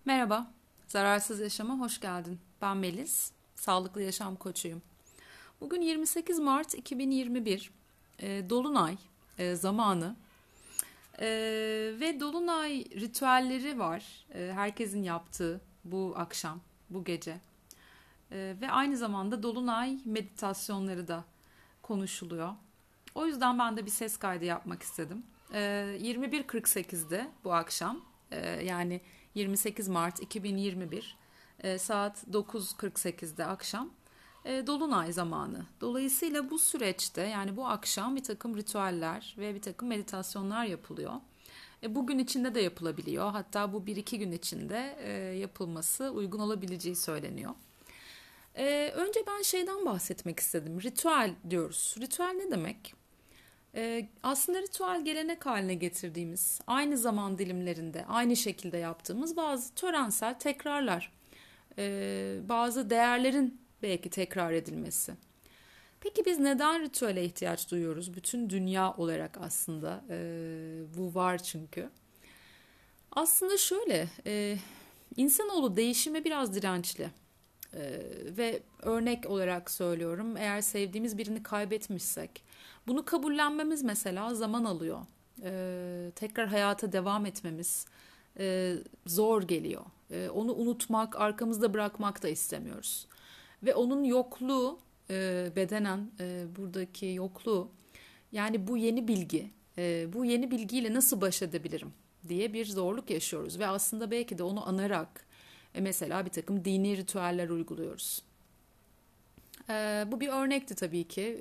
Merhaba, Zararsız Yaşam'a hoş geldin. Ben Melis, sağlıklı yaşam koçuyum. Bugün 28 Mart 2021, Dolunay zamanı E, ve Dolunay ritüelleri var. Herkesin yaptığı bu akşam, bu gece. Ve aynı zamanda Dolunay meditasyonları da konuşuluyor. O yüzden ben de bir ses kaydı yapmak istedim. 21.48'de bu akşam yani 28 Mart 2021 saat 9.48'de akşam Dolunay zamanı. Dolayısıyla bu süreçte yani bu akşam bir takım ritüeller ve bir takım meditasyonlar yapılıyor. Bugün içinde de yapılabiliyor. Hatta bu bir iki gün içinde yapılması uygun olabileceği söyleniyor. Önce ben şeyden bahsetmek istedim. Ritüel diyoruz. Ritüel ne demek? Aslında ritüel gelenek haline getirdiğimiz, aynı zaman dilimlerinde, aynı şekilde yaptığımız bazı törensel tekrarlar. Bazı değerlerin belki tekrar edilmesi. Peki biz neden ritüele ihtiyaç duyuyoruz? Bütün dünya olarak aslında bu var çünkü. Aslında şöyle, insanoğlu değişime biraz dirençli. Ve örnek olarak söylüyorum, eğer sevdiğimiz birini kaybetmişsek bunu kabullenmemiz mesela zaman alıyor. Tekrar hayata devam etmemiz zor geliyor. Onu unutmak, arkamızda bırakmak da istemiyoruz. Ve onun yokluğu, bedenen buradaki yokluğu, yani bu yeni bilgi, bu yeni bilgiyle nasıl baş edebilirim diye bir zorluk yaşıyoruz. Ve aslında belki de onu anarak mesela bir takım dini ritüeller uyguluyoruz. Bu bir örnekti tabii ki.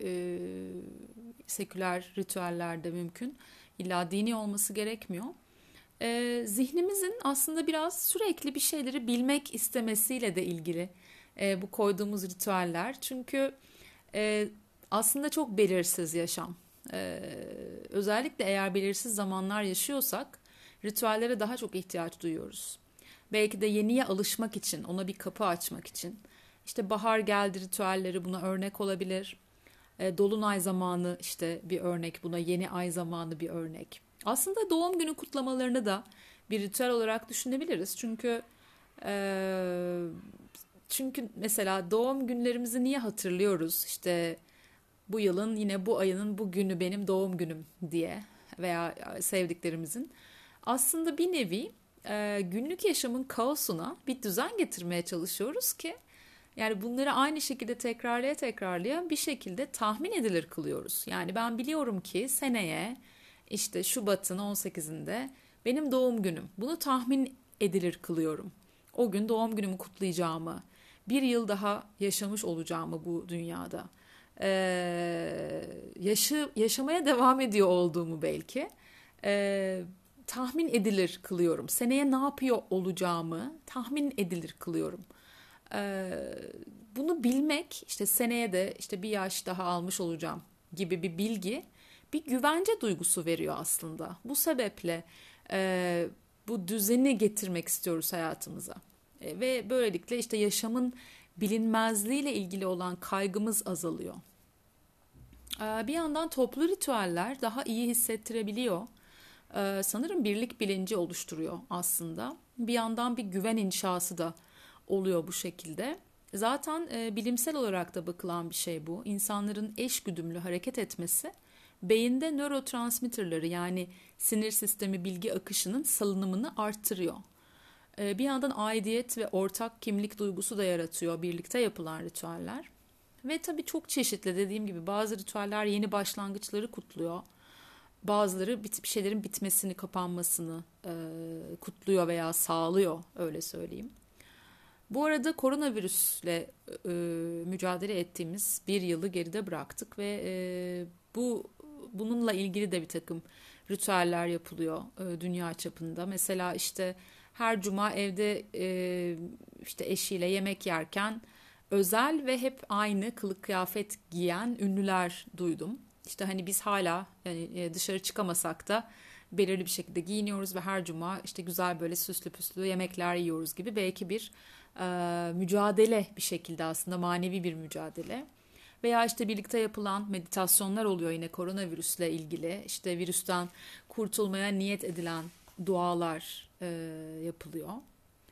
Seküler ritüeller de mümkün. İlla dini olması gerekmiyor. Zihnimizin aslında biraz sürekli bir şeyleri bilmek istemesiyle de ilgili bu koyduğumuz ritüeller. Çünkü aslında çok belirsiz yaşam. Özellikle eğer belirsiz zamanlar yaşıyorsak ritüellere daha çok ihtiyaç duyuyoruz. Belki de yeniye alışmak için, ona bir kapı açmak için. İşte bahar geldi ritüelleri buna örnek olabilir. Dolunay zamanı işte bir örnek buna, yeni ay zamanı bir örnek. Aslında doğum günü kutlamalarını da bir ritüel olarak düşünebiliriz. E, çünkü mesela doğum günlerimizi niye hatırlıyoruz? İşte bu yılın yine bu ayının bu günü benim doğum günüm diye veya sevdiklerimizin. Aslında bir nevi günlük yaşamın kaosuna bir düzen getirmeye çalışıyoruz ki yani bunları aynı şekilde tekrarlaya bir şekilde tahmin edilir kılıyoruz. Yani ben biliyorum ki seneye işte Şubat'ın 18'inde benim doğum günüm. Bunu tahmin edilir kılıyorum. O gün doğum günümü kutlayacağımı, bir yıl daha yaşamış olacağımı bu dünyada. Yaşamaya devam ediyor olduğumu belki tahmin edilir kılıyorum. Seneye ne yapıyor olacağımı tahmin edilir kılıyorum. Ee, Bunu bilmek işte seneye de işte bir yaş daha almış olacağım gibi bir bilgi bir güvence duygusu veriyor aslında. Bu sebeple e, bu düzeni getirmek istiyoruz hayatımıza. Ve böylelikle işte yaşamın bilinmezliğiyle ilgili olan kaygımız azalıyor. Bir yandan toplu ritüeller daha iyi hissettirebiliyor. Sanırım birlik bilinci oluşturuyor aslında. Bir yandan bir güven inşası da oluyor bu şekilde. Zaten bilimsel olarak da bakılan bir şey bu. İnsanların eşgüdümlü hareket etmesi beyinde nörotransmitterleri yani sinir sistemi bilgi akışının salınımını arttırıyor. Bir yandan aidiyet ve ortak kimlik duygusu da yaratıyor birlikte yapılan ritüeller. Ve tabii çok çeşitli dediğim gibi bazı ritüeller yeni başlangıçları kutluyor. Bazıları bir şeylerin bitmesini, kapanmasını kutluyor veya sağlıyor öyle söyleyeyim. Bu arada koronavirüsle mücadele ettiğimiz bir yılı geride bıraktık ve bununla ilgili de bir takım ritüeller yapılıyor dünya çapında. Mesela işte her cuma evde işte eşiyle yemek yerken özel ve hep aynı kılık kıyafet giyen ünlüler duydum. İşte hani biz hala yani dışarı çıkamasak da belirli bir şekilde giyiniyoruz ve her cuma işte güzel böyle süslü püslü yemekler yiyoruz gibi belki bir mücadele bir şekilde aslında manevi bir mücadele. Veya işte birlikte yapılan meditasyonlar oluyor yine koronavirüsle ilgili. İşte virüsten kurtulmaya niyet edilen dualar yapılıyor.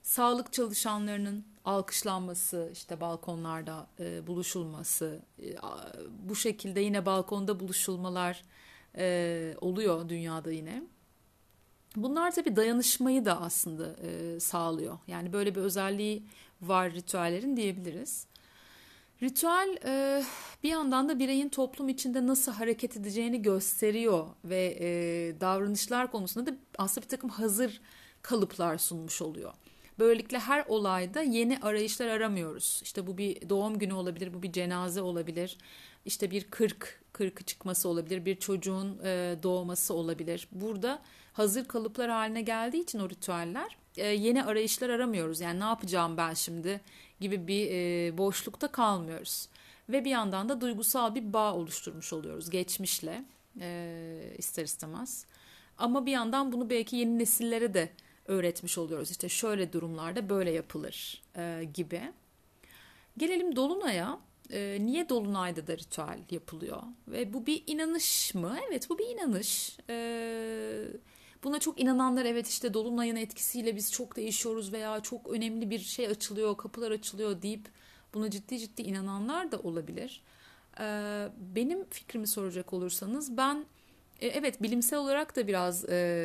Sağlık çalışanlarının alkışlanması, işte balkonlarda buluşulması, bu şekilde yine balkonda buluşulmalar oluyor dünyada yine. Bunlar tabii dayanışmayı da aslında sağlıyor. Yani böyle bir özelliği var ritüellerin diyebiliriz. Ritüel bir yandan da bireyin toplum içinde nasıl hareket edeceğini gösteriyor ve davranışlar konusunda da aslında bir takım hazır kalıplar sunmuş oluyor. Böylelikle her olayda yeni arayışlar aramıyoruz. İşte bu bir doğum günü olabilir, bu bir cenaze olabilir, işte bir kırkı çıkması olabilir, bir çocuğun doğması olabilir. Burada hazır kalıplar haline geldiği için o ritüeller yeni arayışlar aramıyoruz. Yani ne yapacağım ben şimdi gibi bir boşlukta kalmıyoruz. Ve bir yandan da duygusal bir bağ oluşturmuş oluyoruz geçmişle ister istemez. Ama bir yandan bunu belki yeni nesillere de öğretmiş oluyoruz. İşte şöyle durumlarda böyle yapılır gibi. Gelelim Dolunay'a. Niye Dolunay'da da ritüel yapılıyor? Ve bu bir inanış mı? Evet, bu bir inanış. Buna çok inananlar, evet işte Dolunay'ın etkisiyle biz çok değişiyoruz veya çok önemli bir şey açılıyor, kapılar açılıyor deyip buna ciddi ciddi inananlar da olabilir. Benim fikrimi soracak olursanız ben evet bilimsel olarak da biraz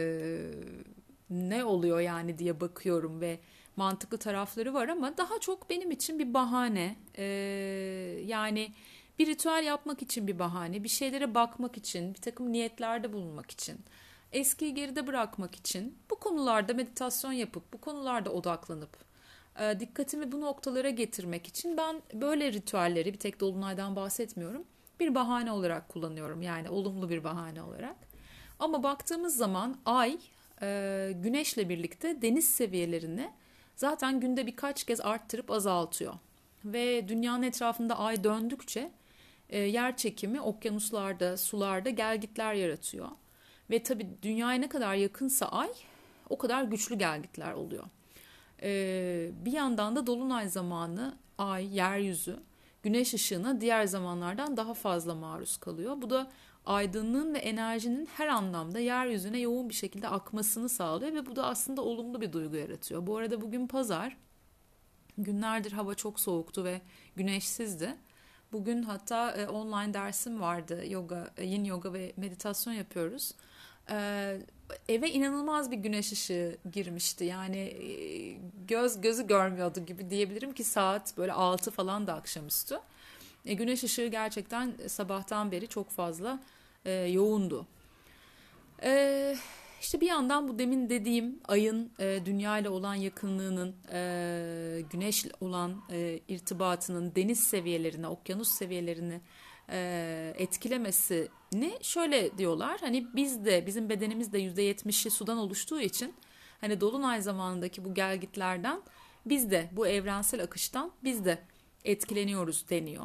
ne oluyor yani diye bakıyorum ve mantıklı tarafları var ama daha çok benim için bir bahane. Yani bir ritüel yapmak için bir bahane, bir şeylere bakmak için, bir takım niyetlerde bulunmak için, eskiyi geride bırakmak için, bu konularda meditasyon yapıp, bu konularda odaklanıp, dikkatimi bu noktalara getirmek için ben böyle ritüelleri, bir tek Dolunay'dan bahsetmiyorum, bir bahane olarak kullanıyorum. Yani olumlu bir bahane olarak. Ama baktığımız zaman Ay, Güneş'le birlikte deniz seviyelerini zaten günde birkaç kez arttırıp azaltıyor. Ve dünyanın etrafında Ay döndükçe yer çekimi okyanuslarda, sularda gelgitler yaratıyor. Ve tabii dünyaya ne kadar yakınsa Ay, o kadar güçlü gelgitler oluyor. Bir yandan da dolunay zamanı Ay, yeryüzü, güneş ışığına diğer zamanlardan daha fazla maruz kalıyor. Bu da aydınlığın ve enerjinin her anlamda yeryüzüne yoğun bir şekilde akmasını sağlıyor ve bu da aslında olumlu bir duygu yaratıyor. Bu arada bugün pazar, günlerdir hava çok soğuktu ve güneşsizdi. Bugün hatta online dersim vardı, yin yoga ve meditasyon yapıyoruz. Eve inanılmaz bir güneş ışığı girmişti. Yani gözü görmüyordu gibi diyebilirim ki saat böyle 6 falan da akşamüstü. Güneş ışığı gerçekten sabahtan beri çok fazla yoğundu. İşte bir yandan bu demin dediğim ayın dünya ile olan yakınlığının, güneşle olan irtibatının deniz seviyelerine, okyanus seviyelerini etkilemesini şöyle diyorlar. Hani bizim bedenimiz de %70'i sudan oluştuğu için hani dolunay zamanındaki bu gelgitlerden biz de bu evrensel akıştan biz de etkileniyoruz deniyor.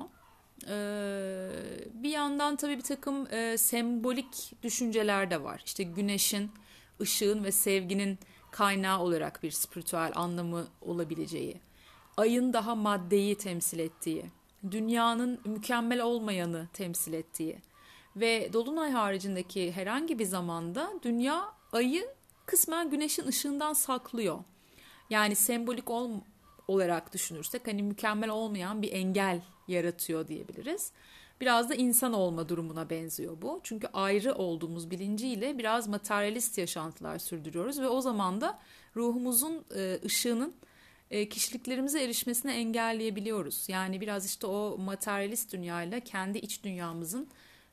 Bir yandan tabii bir takım sembolik düşünceler de var. İşte güneşin, ışığın ve sevginin kaynağı olarak bir spiritüel anlamı olabileceği, ayın daha maddeyi temsil ettiği, dünyanın mükemmel olmayanı temsil ettiği ve dolunay haricindeki herhangi bir zamanda dünya ayı kısmen güneşin ışığından saklıyor. Yani sembolik olarak düşünürsek hani mükemmel olmayan bir engel yaratıyor diyebiliriz. Biraz da insan olma durumuna benziyor bu. Çünkü ayrı olduğumuz bilinciyle biraz materyalist yaşantılar sürdürüyoruz ve o zaman da ruhumuzun ışığının kişiliklerimize erişmesini engelleyebiliyoruz. Yani biraz işte o materyalist dünyayla kendi iç dünyamızın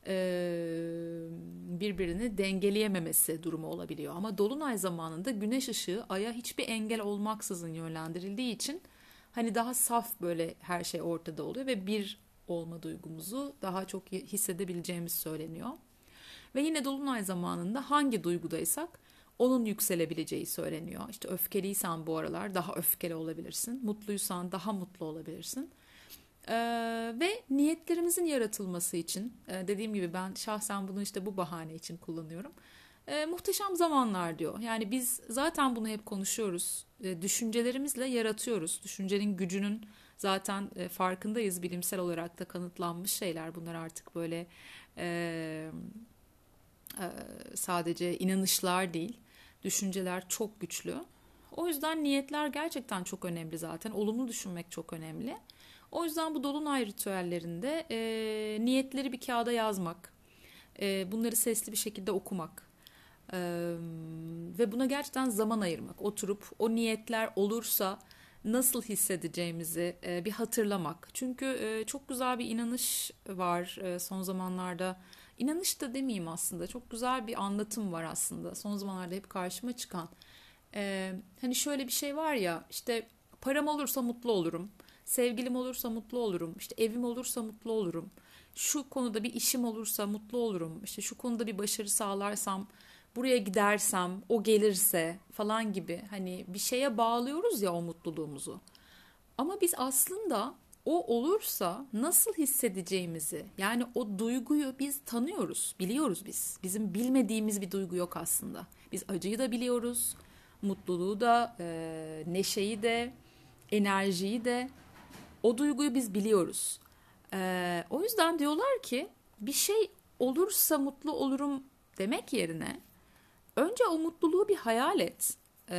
birbirini dengeleyememesi durumu olabiliyor. Ama dolunay zamanında güneş ışığı aya hiçbir engel olmaksızın yönlendirildiği için hani daha saf böyle her şey ortada oluyor ve bir olma duygumuzu daha çok hissedebileceğimiz söyleniyor. Ve yine dolunay zamanında hangi duygudaysak onun yükselebileceği söyleniyor. İşte öfkeliysen bu aralar daha öfkeli olabilirsin. Mutluysan daha mutlu olabilirsin. Ve niyetlerimizin yaratılması için dediğim gibi ben şahsen bunu işte bu bahane için kullanıyorum. Muhteşem zamanlar diyor. Yani biz zaten bunu hep konuşuyoruz. Düşüncelerimizle yaratıyoruz. Düşüncenin gücünün zaten farkındayız. Bilimsel olarak da kanıtlanmış şeyler. Bunlar artık böyle sadece inanışlar değil. Düşünceler çok güçlü. O yüzden niyetler gerçekten çok önemli zaten. Olumlu düşünmek çok önemli. O yüzden bu dolunay ritüellerinde niyetleri bir kağıda yazmak, bunları sesli bir şekilde okumak ve buna gerçekten zaman ayırmak. Oturup o niyetler olursa nasıl hissedeceğimizi bir hatırlamak. Çünkü çok güzel bir inanış var son zamanlarda. İnanış da demeyeyim aslında. Çok güzel bir anlatım var aslında. Son zamanlarda hep karşıma çıkan. Hani şöyle bir şey var ya, işte param olursa mutlu olurum. Sevgilim olursa mutlu olurum. İşte evim olursa mutlu olurum. Şu konuda bir işim olursa mutlu olurum. İşte şu konuda bir başarı sağlarsam, buraya gidersem, o gelirse falan gibi. Hani bir şeye bağlıyoruz ya o mutluluğumuzu. Ama biz aslında o olursa nasıl hissedeceğimizi, yani o duyguyu biz tanıyoruz, biliyoruz biz. Bizim bilmediğimiz bir duygu yok aslında. Biz acıyı da biliyoruz, mutluluğu da, neşeyi de, enerjiyi de, o duyguyu biz biliyoruz. O yüzden diyorlar ki bir şey olursa mutlu olurum demek yerine önce o mutluluğu bir hayal et.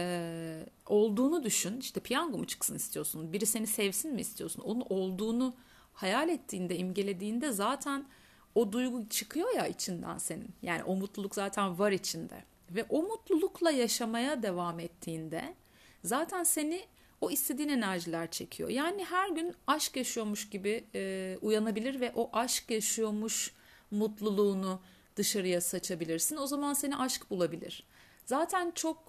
Olduğunu düşün. İşte piyango mu çıksın istiyorsun? Biri seni sevsin mi istiyorsun? Onun olduğunu hayal ettiğinde, imgelediğinde zaten o duygu çıkıyor ya içinden senin. Yani o mutluluk zaten var içinde. Ve o mutlulukla yaşamaya devam ettiğinde zaten seni o istediğin enerjiler çekiyor. Yani her gün aşk yaşıyormuş gibi uyanabilir ve o aşk yaşıyormuş mutluluğunu dışarıya saçabilirsin. O zaman seni aşk bulabilir. Zaten çok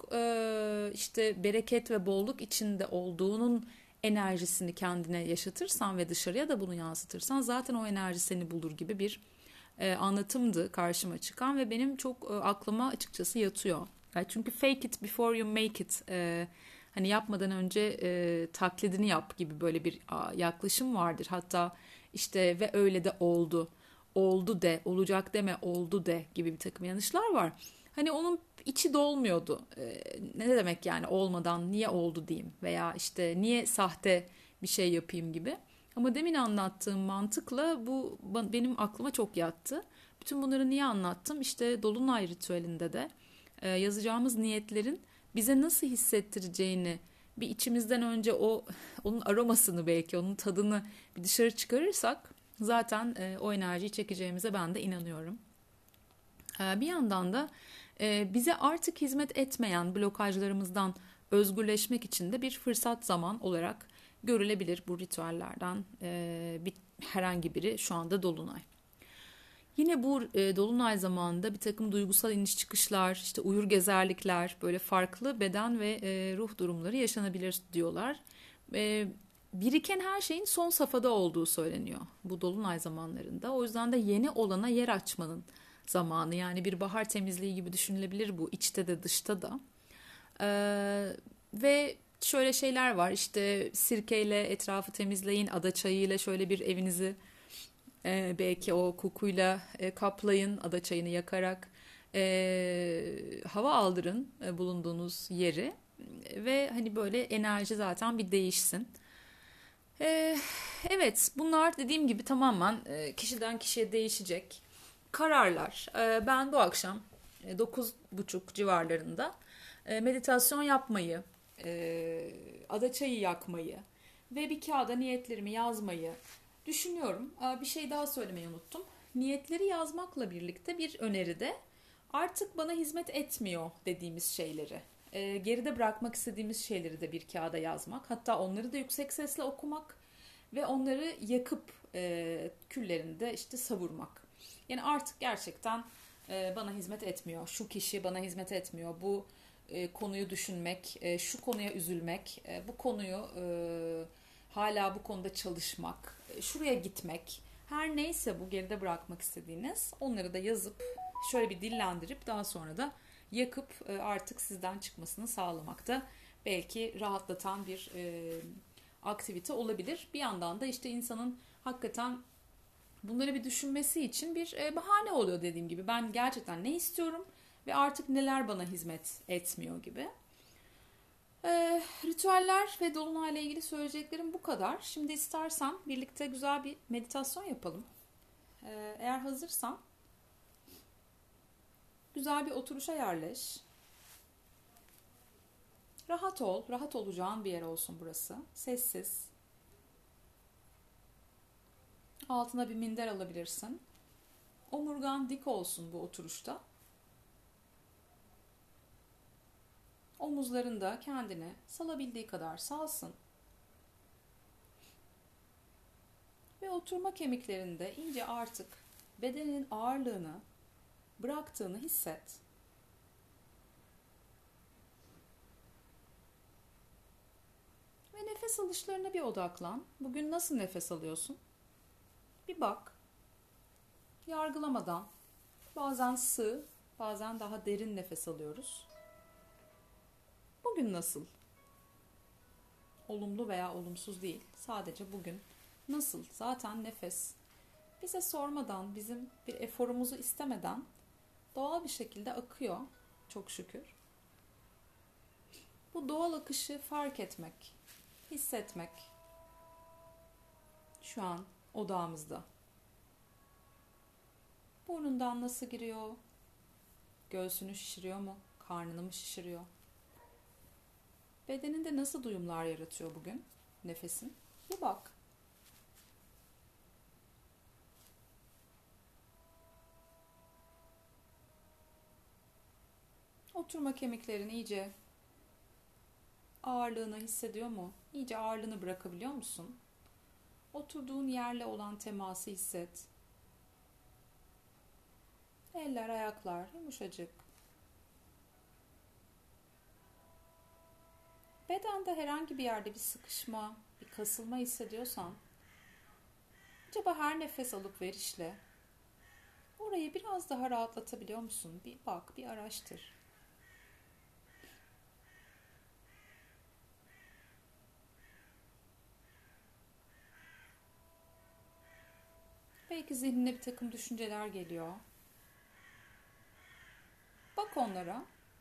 işte bereket ve bolluk içinde olduğunun enerjisini kendine yaşatırsan ve dışarıya da bunu yansıtırsan zaten o enerji seni bulur gibi bir anlatımdı karşıma çıkan ve benim çok aklıma açıkçası yatıyor. Yani çünkü fake it before you make it, hani yapmadan önce taklidini yap gibi böyle bir yaklaşım vardır. Hatta işte ve öyle de oldu, oldu de, olacak deme, oldu de gibi bir takım yanlışlar var. Hani onun içi dolmuyordu. Ne demek yani olmadan niye oldu diyeyim veya işte niye sahte bir şey yapayım gibi. Ama demin anlattığım mantıkla bu benim aklıma çok yattı. Bütün bunları niye anlattım? İşte Dolunay ritüelinde de yazacağımız niyetlerin bize nasıl hissettireceğini bir içimizden önce onun aromasını belki onun tadını bir dışarı çıkarırsak zaten o enerjiyi çekeceğimize ben de inanıyorum. Bir yandan da bize artık hizmet etmeyen blokajlarımızdan özgürleşmek için de bir fırsat zaman olarak görülebilir bu ritüellerden herhangi biri şu anda Dolunay. Yine bu Dolunay zamanında bir takım duygusal iniş çıkışlar, işte uyur gezerlikler, böyle farklı beden ve ruh durumları yaşanabilir diyorlar. Biriken her şeyin son safhada olduğu söyleniyor bu Dolunay zamanlarında. O yüzden de yeni olana yer açmanın zamanı, yani bir bahar temizliği gibi düşünülebilir bu, içte de dışta da. Ve şöyle şeyler var, işte sirkeyle etrafı temizleyin, ada çayıyla şöyle bir evinizi belki o kokuyla kaplayın, ada çayını yakarak hava aldırın bulunduğunuz yeri ve hani böyle enerji zaten bir değişsin. Evet, bunlar dediğim gibi tamamen kişiden kişiye değişecek kararlar. Ben bu akşam 9:30 civarlarında meditasyon yapmayı, ada çayı yakmayı ve bir kağıda niyetlerimi yazmayı düşünüyorum. Bir şey daha söylemeyi unuttum. Niyetleri yazmakla birlikte bir öneride artık bana hizmet etmiyor dediğimiz şeyleri, geride bırakmak istediğimiz şeyleri de bir kağıda yazmak. Hatta onları da yüksek sesle okumak ve onları yakıp küllerini de işte savurmak. Yani artık gerçekten bana hizmet etmiyor. Şu kişi bana hizmet etmiyor. Bu konuyu düşünmek, şu konuya üzülmek, bu konuyu hala bu konuda çalışmak, şuraya gitmek, her neyse bu geride bırakmak istediğiniz, onları da yazıp şöyle bir dillendirip daha sonra da yakıp artık sizden çıkmasını sağlamakta belki rahatlatan bir aktivite olabilir. Bir yandan da işte insanın hakikaten bunları bir düşünmesi için bir bahane oluyor dediğim gibi. Ben gerçekten ne istiyorum ve artık neler bana hizmet etmiyor gibi. Ritüeller ve dolunayla ilgili söyleyeceklerim bu kadar. Şimdi istersen birlikte güzel bir meditasyon yapalım. Eğer hazırsan güzel bir oturuşa yerleş. Rahat ol, rahat olacağın bir yer olsun burası. Sessiz. Altına bir minder alabilirsin. Omurgan dik olsun bu oturuşta. Omuzların da kendini salabildiği kadar salsın. Ve oturma kemiklerinde iyice artık bedenin ağırlığını bıraktığını hisset. Ve nefes alışlarına bir odaklan. Bugün nasıl nefes alıyorsun? Bir bak. Yargılamadan. Bazen sığ, bazen daha derin nefes alıyoruz. Bugün nasıl? Olumlu veya olumsuz değil. Sadece bugün nasıl? Zaten nefes bize sormadan, bizim bir eforumuzu istemeden doğal bir şekilde akıyor. Çok şükür. Bu doğal akışı fark etmek, hissetmek şu an odağımızda. Burnundan nasıl giriyor? Göğsünü şişiriyor mu? Karnını mı şişiriyor? Bedeninde nasıl duyumlar yaratıyor bugün nefesin? Bir bak. Oturma kemiklerin iyice ağırlığını hissediyor mu? İyice ağırlığını bırakabiliyor musun? Oturduğun yerle olan teması hisset. Eller, ayaklar yumuşacık. Bedende herhangi bir yerde bir sıkışma, bir kasılma hissediyorsan, acaba her nefes alıp verişle orayı biraz daha rahatlatabiliyor musun? Bir bak, bir araştır. Belki zihnine bir takım düşünceler geliyor. Bak onlara.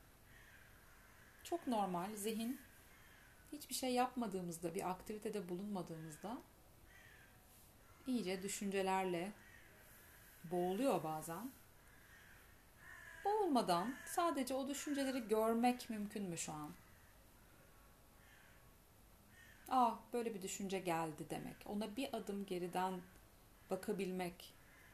Çok normal. Zihin hiçbir şey yapmadığımızda, bir aktivitede bulunmadığımızda iyice düşüncelerle boğuluyor bazen. Boğulmadan sadece o düşünceleri görmek mümkün mü şu an? Böyle bir düşünce geldi demek. Ona bir adım geriden bakabilmek.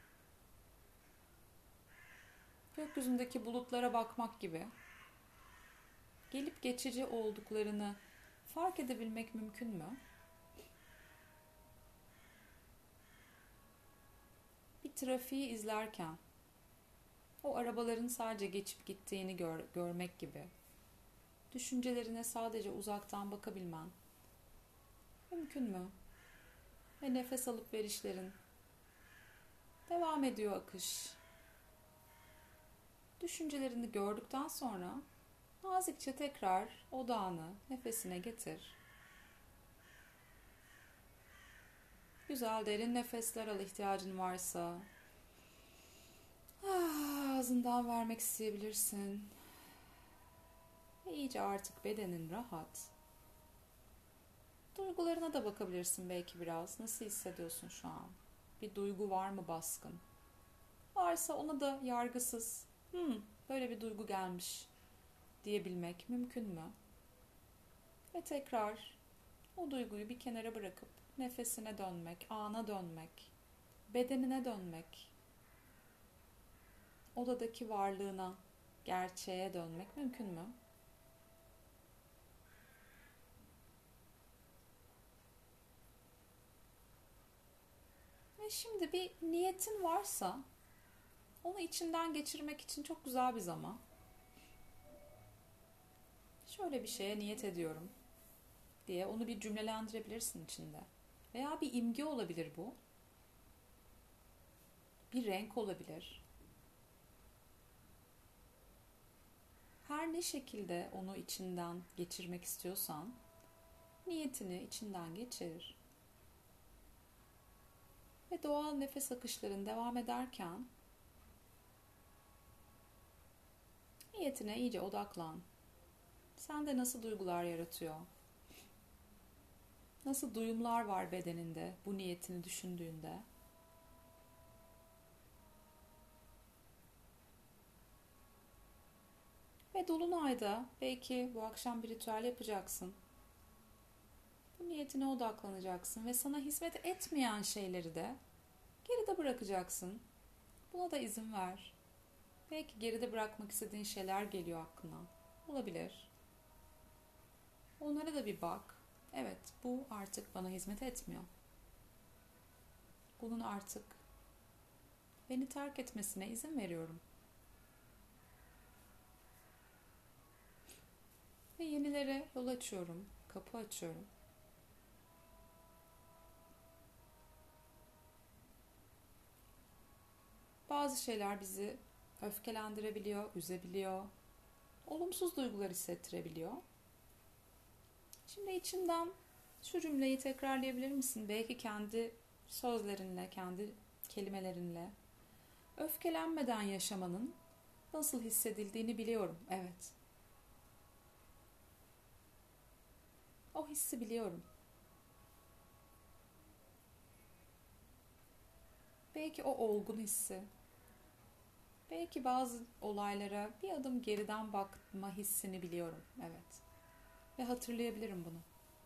Gökyüzündeki bulutlara bakmak gibi. Gelip geçici olduklarını fark edebilmek mümkün mü? Bir trafiği izlerken o arabaların sadece geçip gittiğini görmek gibi. Düşüncelerine sadece uzaktan bakabilmen mümkün mü? Ve nefes alıp verişlerin devam ediyor akış. Düşüncelerini gördükten sonra nazikçe tekrar odağını nefesine getir. Güzel derin nefesler al ihtiyacın varsa. Ağzından vermek isteyebilirsin. Ve iyice artık bedenin rahat. Duygularına da bakabilirsin belki biraz. Nasıl hissediyorsun şu an? Bir duygu var mı baskın? Varsa ona da yargısız, böyle bir duygu gelmiş diyebilmek mümkün mü? Ve tekrar o duyguyu bir kenara bırakıp nefesine dönmek, ana dönmek, bedenine dönmek, odadaki varlığına, gerçeğe dönmek mümkün mü? Ve şimdi bir niyetin varsa onu içinden geçirmek için çok güzel bir zaman. Şöyle bir şeye niyet ediyorum diye onu bir cümlelendirebilirsin içinde. Veya bir imge olabilir bu. Bir renk olabilir. Her ne şekilde onu içinden geçirmek istiyorsan niyetini içinden geçir. Ve doğal nefes akışların devam ederken niyetine iyice odaklan. Sende nasıl duygular yaratıyor? Nasıl duyumlar var bedeninde bu niyetini düşündüğünde? Ve Ve dolunayda belki bu akşam bir ritüel yapacaksın. Bu niyetine odaklanacaksın ve sana hizmet etmeyen şeyleri de geride bırakacaksın. Buna da izin ver. Belki geride bırakmak istediğin şeyler geliyor aklına. Olabilir. Onlara da bir bak. Evet, bu artık bana hizmet etmiyor. Bunun artık beni terk etmesine izin veriyorum. Ve yenilere yol açıyorum, kapı açıyorum. Bazı şeyler bizi öfkelendirebiliyor, üzebiliyor, olumsuz duygular hissettirebiliyor. Şimdi içinden şu cümleyi tekrarlayabilir misin? Belki kendi sözlerinle, kendi kelimelerinle. Öfkelenmeden yaşamanın nasıl hissedildiğini biliyorum. Evet. O hissi biliyorum. Belki o olgun hissi. Belki bazı olaylara bir adım geriden bakma hissini biliyorum. Evet. Ve hatırlayabilirim bunu.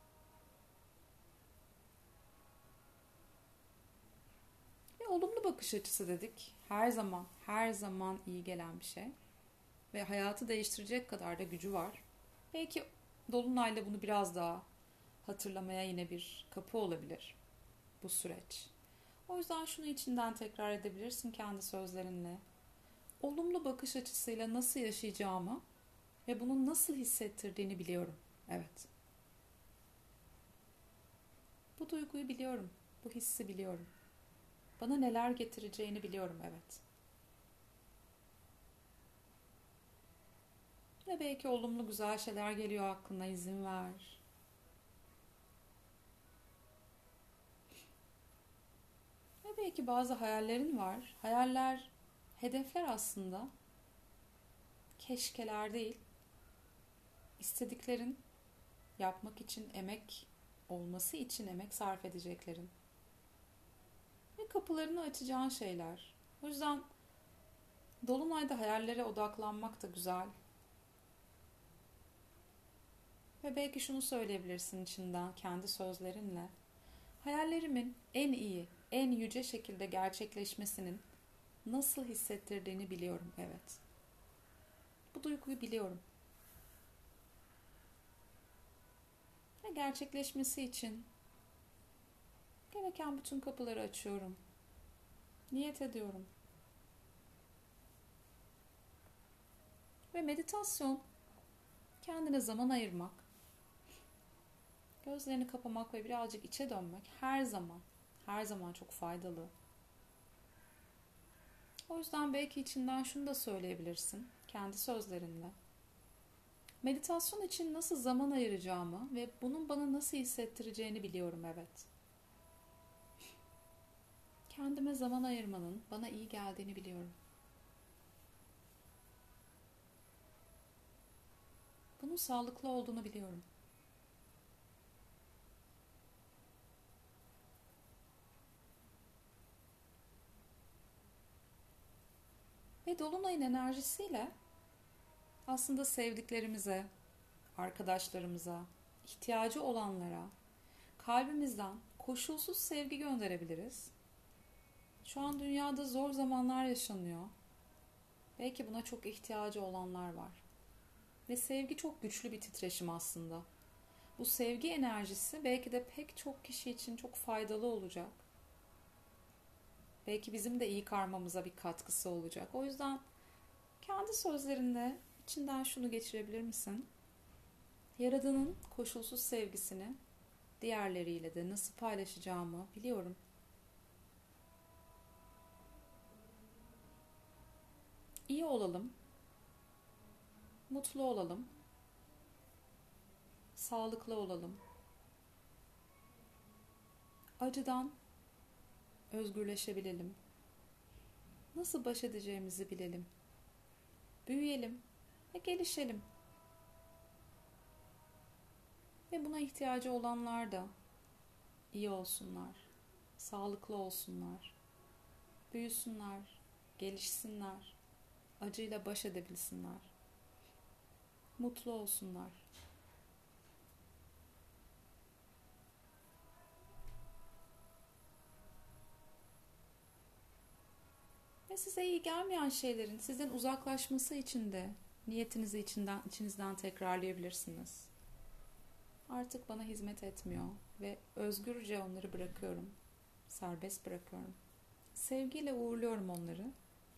Ve olumlu bakış açısı dedik. Her zaman, her zaman iyi gelen bir şey. Ve hayatı değiştirecek kadar da gücü var. Belki Dolunay'la bunu biraz daha hatırlamaya yine bir kapı olabilir bu süreç. O yüzden şunu içinden tekrar edebilirsin kendi sözlerinle. Olumlu bakış açısıyla nasıl yaşayacağımı ve bunun nasıl hissettirdiğini biliyorum. Evet. Bu duyguyu biliyorum. Bu hissi biliyorum. Bana neler getireceğini biliyorum. Evet. Ve belki olumlu güzel şeyler geliyor aklına, izin ver. Ve belki bazı hayallerin var. Hayaller, hedefler aslında. Keşkeler değil. İstediklerin, yapmak için emek olması için emek sarf edeceklerin. Ve kapılarını açacağın şeyler. O yüzden Dolunay'da hayallere odaklanmak da güzel. Ve belki şunu söyleyebilirsin içinden kendi sözlerinle. Hayallerimin en iyi, en yüce şekilde gerçekleşmesinin nasıl hissettirdiğini biliyorum, evet. Bu duyguyu biliyorum. Ve gerçekleşmesi için gereken bütün kapıları açıyorum. Niyet ediyorum. Ve meditasyon, kendine zaman ayırmak, gözlerini kapamak ve birazcık içe dönmek her zaman çok faydalı. O yüzden belki içinden şunu da söyleyebilirsin kendi sözlerinle. Meditasyon için nasıl zaman ayıracağımı ve bunun bana nasıl hissettireceğini biliyorum, evet. Kendime zaman ayırmanın bana iyi geldiğini biliyorum. Bunun sağlıklı olduğunu biliyorum. Ve Dolunay'ın enerjisiyle aslında sevdiklerimize, arkadaşlarımıza, ihtiyacı olanlara kalbimizden koşulsuz sevgi gönderebiliriz. Şu an dünyada zor zamanlar yaşanıyor. Belki buna çok ihtiyacı olanlar var. Ve sevgi çok güçlü bir titreşim aslında. Bu sevgi enerjisi belki de pek çok kişi için çok faydalı olacak. Belki bizim de iyi karmamıza bir katkısı olacak. O yüzden kendi sözlerinde içinden şunu geçirebilir misin? Yaradan'ın koşulsuz sevgisini diğerleriyle de nasıl paylaşacağımı biliyorum. İyi olalım, mutlu olalım, sağlıklı olalım. Acıdan özgürleşebilelim. Nasıl baş edeceğimizi bilelim. Büyüyelim ve gelişelim. Ve buna ihtiyacı olanlar da iyi olsunlar, sağlıklı olsunlar, büyüsünler, gelişsinler, acıyla baş edebilsinler. mutlu olsunlar. Ve size iyi gelmeyen şeylerin sizden uzaklaşması için de niyetinizi içinizden tekrarlayabilirsiniz. Artık bana hizmet etmiyor ve özgürce onları bırakıyorum. Serbest bırakıyorum. Sevgiyle uğurluyorum onları.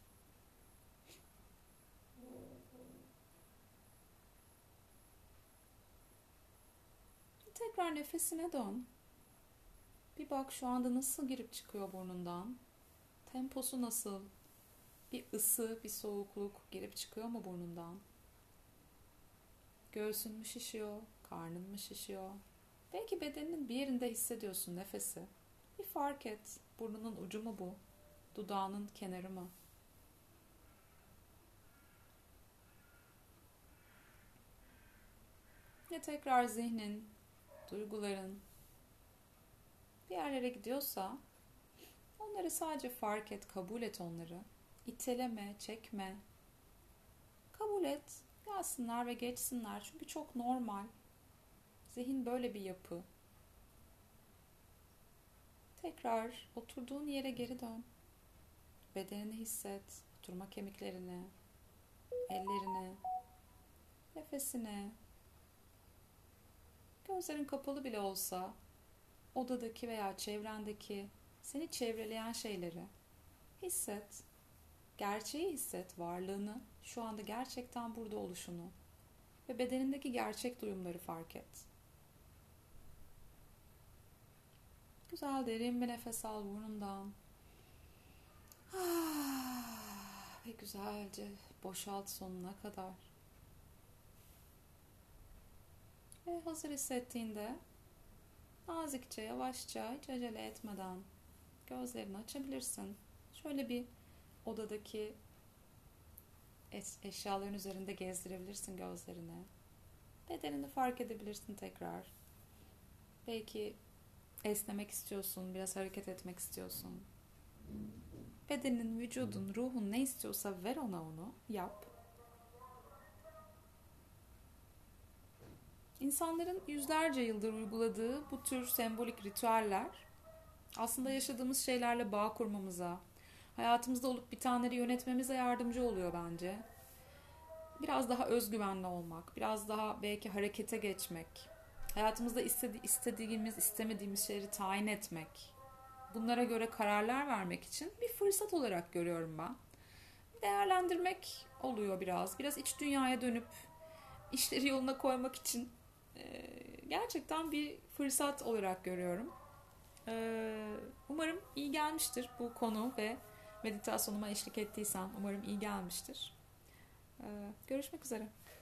Tekrar nefesine dön. Bir bak şu anda nasıl girip çıkıyor burnundan. Temposu nasıl? Bir ısı, bir soğukluk girip çıkıyor mu burnundan? Göğsün mü şişiyor? Karnın mı şişiyor? Belki bedeninin bir yerinde hissediyorsun nefesi. Bir fark et. Burnunun ucu mu bu? Dudağının kenarı mı? Ya tekrar zihnin, duyguların bir yerlere gidiyorsa onları sadece fark et, kabul et onları. İteleme, çekme. Kabul et. Gelsinler ve geçsinler. Çünkü çok normal. Zihin böyle bir yapı. Tekrar oturduğun yere geri dön. Bedenini hisset. Oturma kemiklerini, ellerini, nefesini. Gözlerin kapalı bile olsa odadaki veya çevrendeki seni çevreleyen şeyleri hisset. Gerçeği hisset, varlığını, şu anda gerçekten burada oluşunu ve bedenindeki gerçek duyumları fark et. Güzel derin bir nefes al burnundan. Ve güzelce boşalt sonuna kadar. Ve hazır hissettiğinde nazikçe, yavaşça, hiç acele etmeden gözlerini açabilirsin. Şöyle bir odadaki eşyaların üzerinde gezdirebilirsin gözlerini. Bedenini fark edebilirsin tekrar. Belki esnemek istiyorsun, biraz hareket etmek istiyorsun. Bedenin, vücudun, ruhun ne istiyorsa ver onu, yap. İnsanların yüzlerce yıldır uyguladığı bu tür sembolik ritüeller aslında yaşadığımız şeylerle bağ kurmamıza, hayatımızda olup bitenleri yönetmemize yardımcı oluyor bence. Biraz daha özgüvenli olmak, biraz daha belki harekete geçmek, hayatımızda istediğimiz, istemediğimiz şeyleri tayin etmek, bunlara göre kararlar vermek için bir fırsat olarak görüyorum ben. Değerlendirmek oluyor biraz. Biraz iç dünyaya dönüp işleri yoluna koymak için gerçekten bir fırsat olarak görüyorum. Umarım iyi gelmiştir bu konu ve meditasyonuma eşlik ettiysen umarım iyi gelmiştir. Görüşmek üzere.